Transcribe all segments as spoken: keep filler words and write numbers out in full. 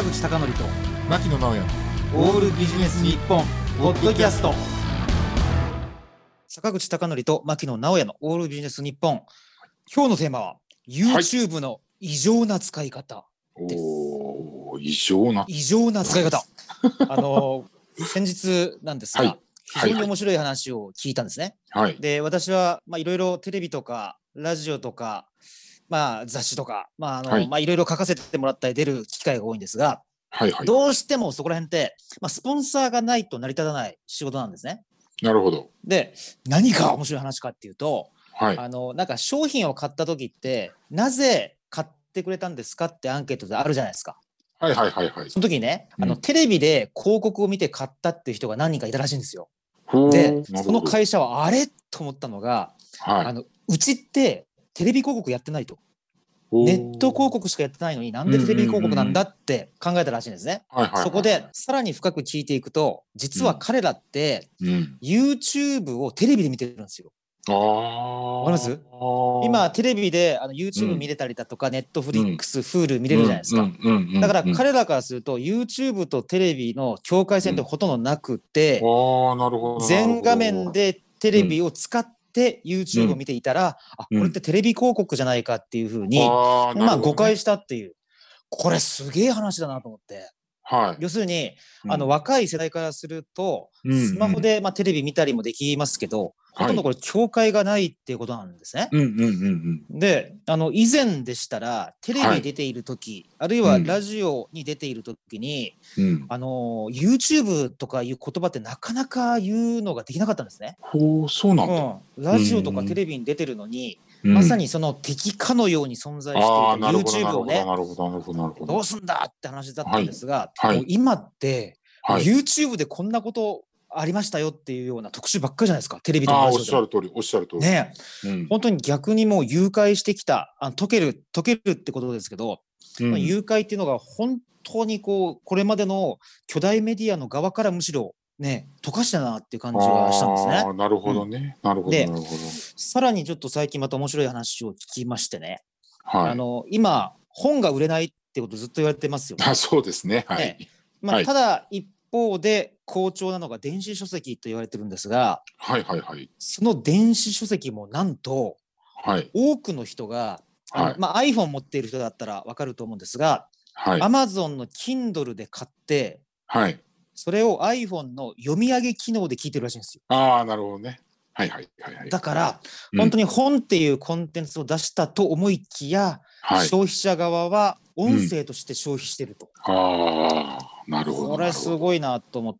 坂口孝則と牧野直哉オールビジネス日本ポッドキャスト。坂口孝則と牧野直哉のオールビジネス日本、今日のテーマは YouTube の異常な使い方です。 おー、異常な異常な使い方あの先日なんですが、はい、非常に面白い話を聞いたんですね、はい、で私はいろいろテレビとかラジオとか、まあ、雑誌とか、まああのはいまあ、いろいろ書かせてもらったり出る機会が多いんですが、はいはい、どうしてもそこら辺って、まあ、スポンサーがないと成り立たない仕事なんですね。 なるほど。 で、何が面白い話かっていうと、はい、あのなんか商品を買った時ってなぜ買ってくれたんですかってアンケートであるじゃないですか。 はいはいはいはい。 その時にね、うん、あのテレビで広告を見て買ったっていう人が何人かいたらしいんですよ。で、その会社はあれと思ったのが、はい、あのうちってテレビ広告やってないと。ネット広告しかやってないのになんでテレビ広告なんだって考えたらしいんですね。そこでさらに深く聞いていくと、実は彼らって、うん、YouTube をテレビで見てるんですよ。あわかります？今テレビであの YouTube 見れたりだとか、うん、Netflix、Hulu 見れるじゃないですか。だから彼らからすると YouTube とテレビの境界線ってほとんどなくて、うん、全画面でテレビを使ってで YouTube を見ていたら、うん、あ、これってテレビ広告じゃないかっていうふうに、うんあまあ、誤解したっていう、これすげえ話だなと思って、はい、要するに、うん、あの若い世代からすると、うん、スマホで、まあ、テレビ見たりもできますけど、ほとんどこれ境界がないっていうことなんですね。で、あの以前でしたらテレビに出ている時、はい、あるいはラジオに出ている時に、うん、あの YouTube とかいう言葉ってなかなか言うのができなかったんですね。 ほう、そうなんだ、 うん、ラジオとかテレビに出てるのに、うん、まさにその敵かのように存在していた YouTube をね、どうすんだって話だったんですが、はいはい、もう今って、はい、YouTube でこんなことありましたよっていうような特集ばっかりじゃないですか、テレビとかラジオでも。 おっしゃる通り、おっしゃる通りね、うん、本当に逆にもう誘拐してきた、あ解ける解けるってことですけど、うん、誘拐っていうのが本当にこうこれまでの巨大メディアの側からむしろね、溶かしたなっていう感じがしたんですね。 あなるほどね、うん、なるほどなるほど。 さらにちょっと最近また面白い話を聞きましてね、はい、あの今本が売れないってことずっと言われてますよね。 あそうですね、はい、 ねまあはい、ただ一方で好調なのが電子書籍と言われてるんですが、はいはいはい、その電子書籍もなんと、はい、多くの人があの、はいまあ、iPhone 持っている人だったら分かると思うんですが、はい、Amazon の Kindle で買って、はいそれを iPhone の読み上げ機能で聞いてるらしいんですよ。 ああ、なるほどね。はいはいはいはい。 だから、うん、本当に本っていうコンテンツを出したと思いきや、はい、消費者側は音声として消費してると。うん、 ああ、なるほど。 これすごいなと思って。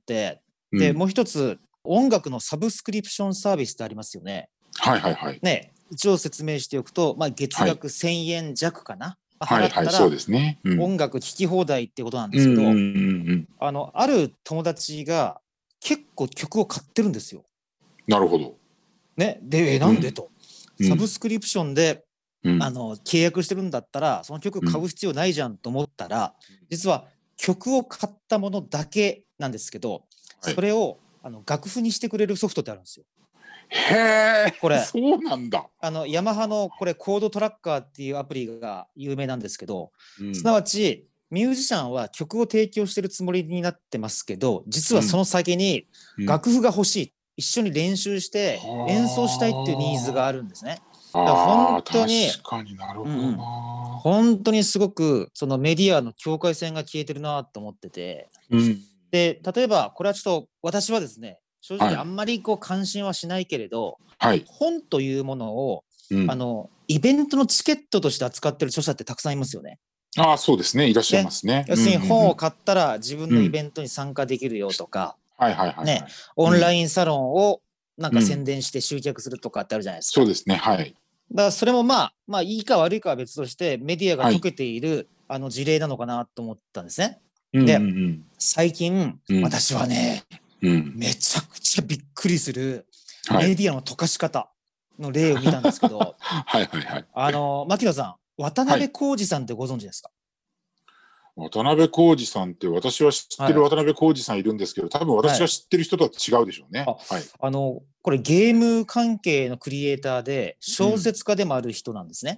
で、うん、もう一つ、音楽のサブスクリプションサービスってありますよね。 はいはいはい。 ね、一応説明しておくと、まあ、月額せんえん弱かな。 はい、払ったら、ねうん、 音楽聴き放題ってことなんですけど、あのある友達が結構曲を買ってるんですよ。 なるほど。 ね、で、え、なんでと、うん、サブスクリプションで、うん、あの契約してるんだったらその曲買う必要ないじゃんと思ったら、うん、実は曲を買ったものだけなんですけど、はい、それをあの楽譜にしてくれるソフトってあるんですよ。 へえ、これそうなんだ。 あのヤマハのこれコードトラッカーっていうアプリが有名なんですけど、うん、すなわちミュージシャンは曲を提供してるつもりになってますけど、実はその先に楽譜が欲しい、うん、一緒に練習して演奏したいっていうニーズがあるんですね。だから本当に確かになるほどな、うん、 本当にすごくそのメディアの境界線が消えてるなと思ってて、うん、で例えばこれはちょっと私はですね、正直あんまりこう関心はしないけれど、はい、本というものを、うん、あのイベントのチケットとして扱ってる著者ってたくさんいますよね。 ああそうですね、いらっしゃいますね。 要するに本を買ったら自分のイベントに参加できるよとか、オンラインサロンをなんか宣伝して集客するとかってあるじゃないですか。 そうですね、はい。 だからそれもまあまあいいか悪いかは別としてメディアが解けている、はい、あの事例なのかなと思ったんですね。うんうんうん、で最近、うん、私はね、うん、めちゃくちゃびっくりするメディアの溶かし方の例を見たんですけど、はいはいはい、あの牧野さん、渡辺浩二さんってご存知ですか？ はい、渡辺浩二さんって私は知ってる渡辺浩二さんいるんですけど、はい、多分私が知ってる人とは違うでしょうね。はい、 あ, あのこれゲーム関係のクリエイターで小説家でもある人なんですね。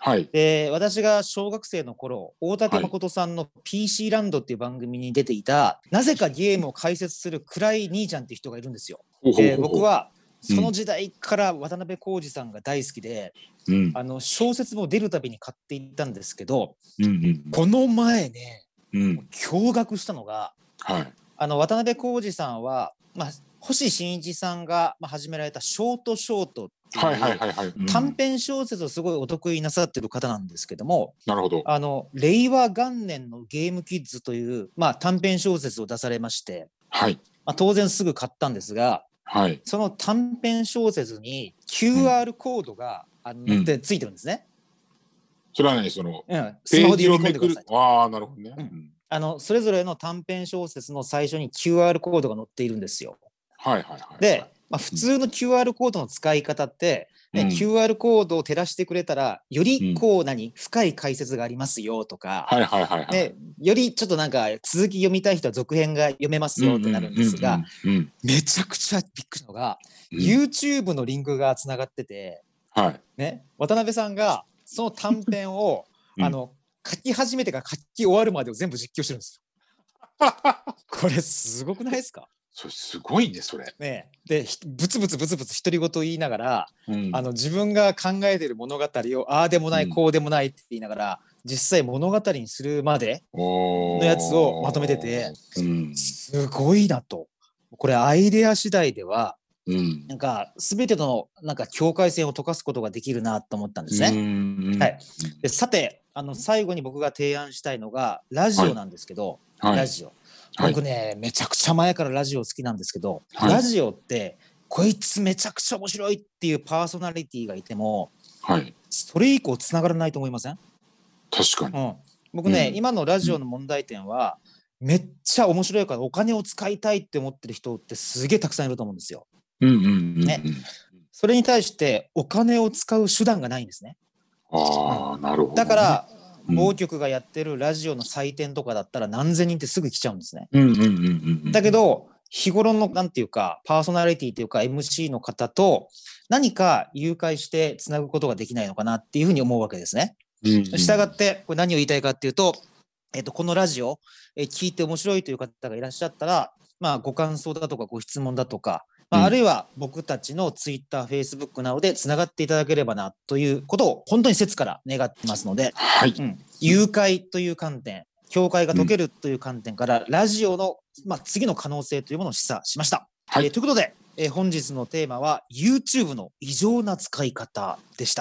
はい、 で私が小学生の頃大竹誠さんの ピーシー ランドっていう番組に出ていた、はい、なぜかゲームを解説する暗い兄ちゃんっていう人がいるんですよ。で僕はその時代から渡辺浩二さんが大好きで、うん、あの小説も出るたびに買っていったんですけど、うんうん、この前ね、うん、驚愕したのが、はい、あの渡辺浩二さんは、まあ、星新一さんが始められたショートショートっていう短編小説をすごいお得意なさってる方なんですけども、 なるほど。 あの令和元年のゲームキッズという、まあ、短編小説を出されまして、 はい、 まあ、当然すぐ買ったんですが、はい、その短編小説に キューアール コードが、うん、あのってついてるんですね。 それはね、その、 うん、スマホで読み込んでください。 ああ、なるほどね、うん。 あのそれぞれの短編小説の最初に キューアール コードが載っているんですよ。 はいはいはい。 で、まあ、普通の キューアール コードの使い方って、ね、うん、キューアール コードを照らしてくれたらよりこう何、うん、深い解説がありますよとか、 はいはいはいはい、 ね、よりちょっとなんか続き読みたい人は続編が読めますよってなるんですが、めちゃくちゃびっくりしたのが、うん、YouTube のリンクがつながってて、 はいね、渡辺さんがその短編を、うん、あの書き始めてから書き終わるまでを全部実況してるんですよ。これすごくないですか？ それすごいね、それ。 ね、でブツブツブツブツ独り言言いながら、うん、あの自分が考えている物語をああでもない、うん、こうでもないって言いながら実際物語にするまでのやつをまとめてて、うん、すごいなと。これアイデア次第では、うん、なんか全てのなんか境界線を解かすことができるなと思ったんですね。はい、でさてあの最後に僕が提案したいのがラジオなんですけど、はい、ラジオ。僕ね、はい、めちゃくちゃ前からラジオ好きなんですけど、はい、ラジオってこいつめちゃくちゃ面白いっていうパーソナリティがいても、はい、それ以降つながらないと思いません？ 確かに、 うん、僕ね、うん、今のラジオの問題点は、うん、めっちゃ面白いからお金を使いたいって思ってる人ってすげえたくさんいると思うんですよ。それに対してお金を使う手段がないんですね。 ああ、なるほどね。 だから某局がやってるラジオの祭典とかだったら何千人ってすぐ来ちゃうんですね。だけど日頃のなんていうかパーソナリティというか エムシー の方と何か誘拐してつなぐことができないのかなっていうふうに思うわけですね。したがってこれ何を言いたいかっていうと、えっと、このラジオえ聞いて面白いという方がいらっしゃったら、まあ、ご感想だとかご質問だとか、まあ、あるいは僕たちの Twitter、Facebook などでつながっていただければなということを本当に切から願ってますので、 はいうん、誘拐という観点、境界が解けるという観点から、うん、ラジオの、まあ、次の可能性というものを示唆しました。はい、えー、ということで、えー、本日のテーマは YouTube の異常な使い方でした。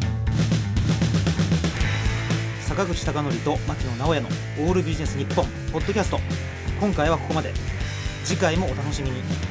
坂口孝則と牧野直哉のオールビジネス日本ポッドキャスト、今回はここまで。次回もお楽しみに。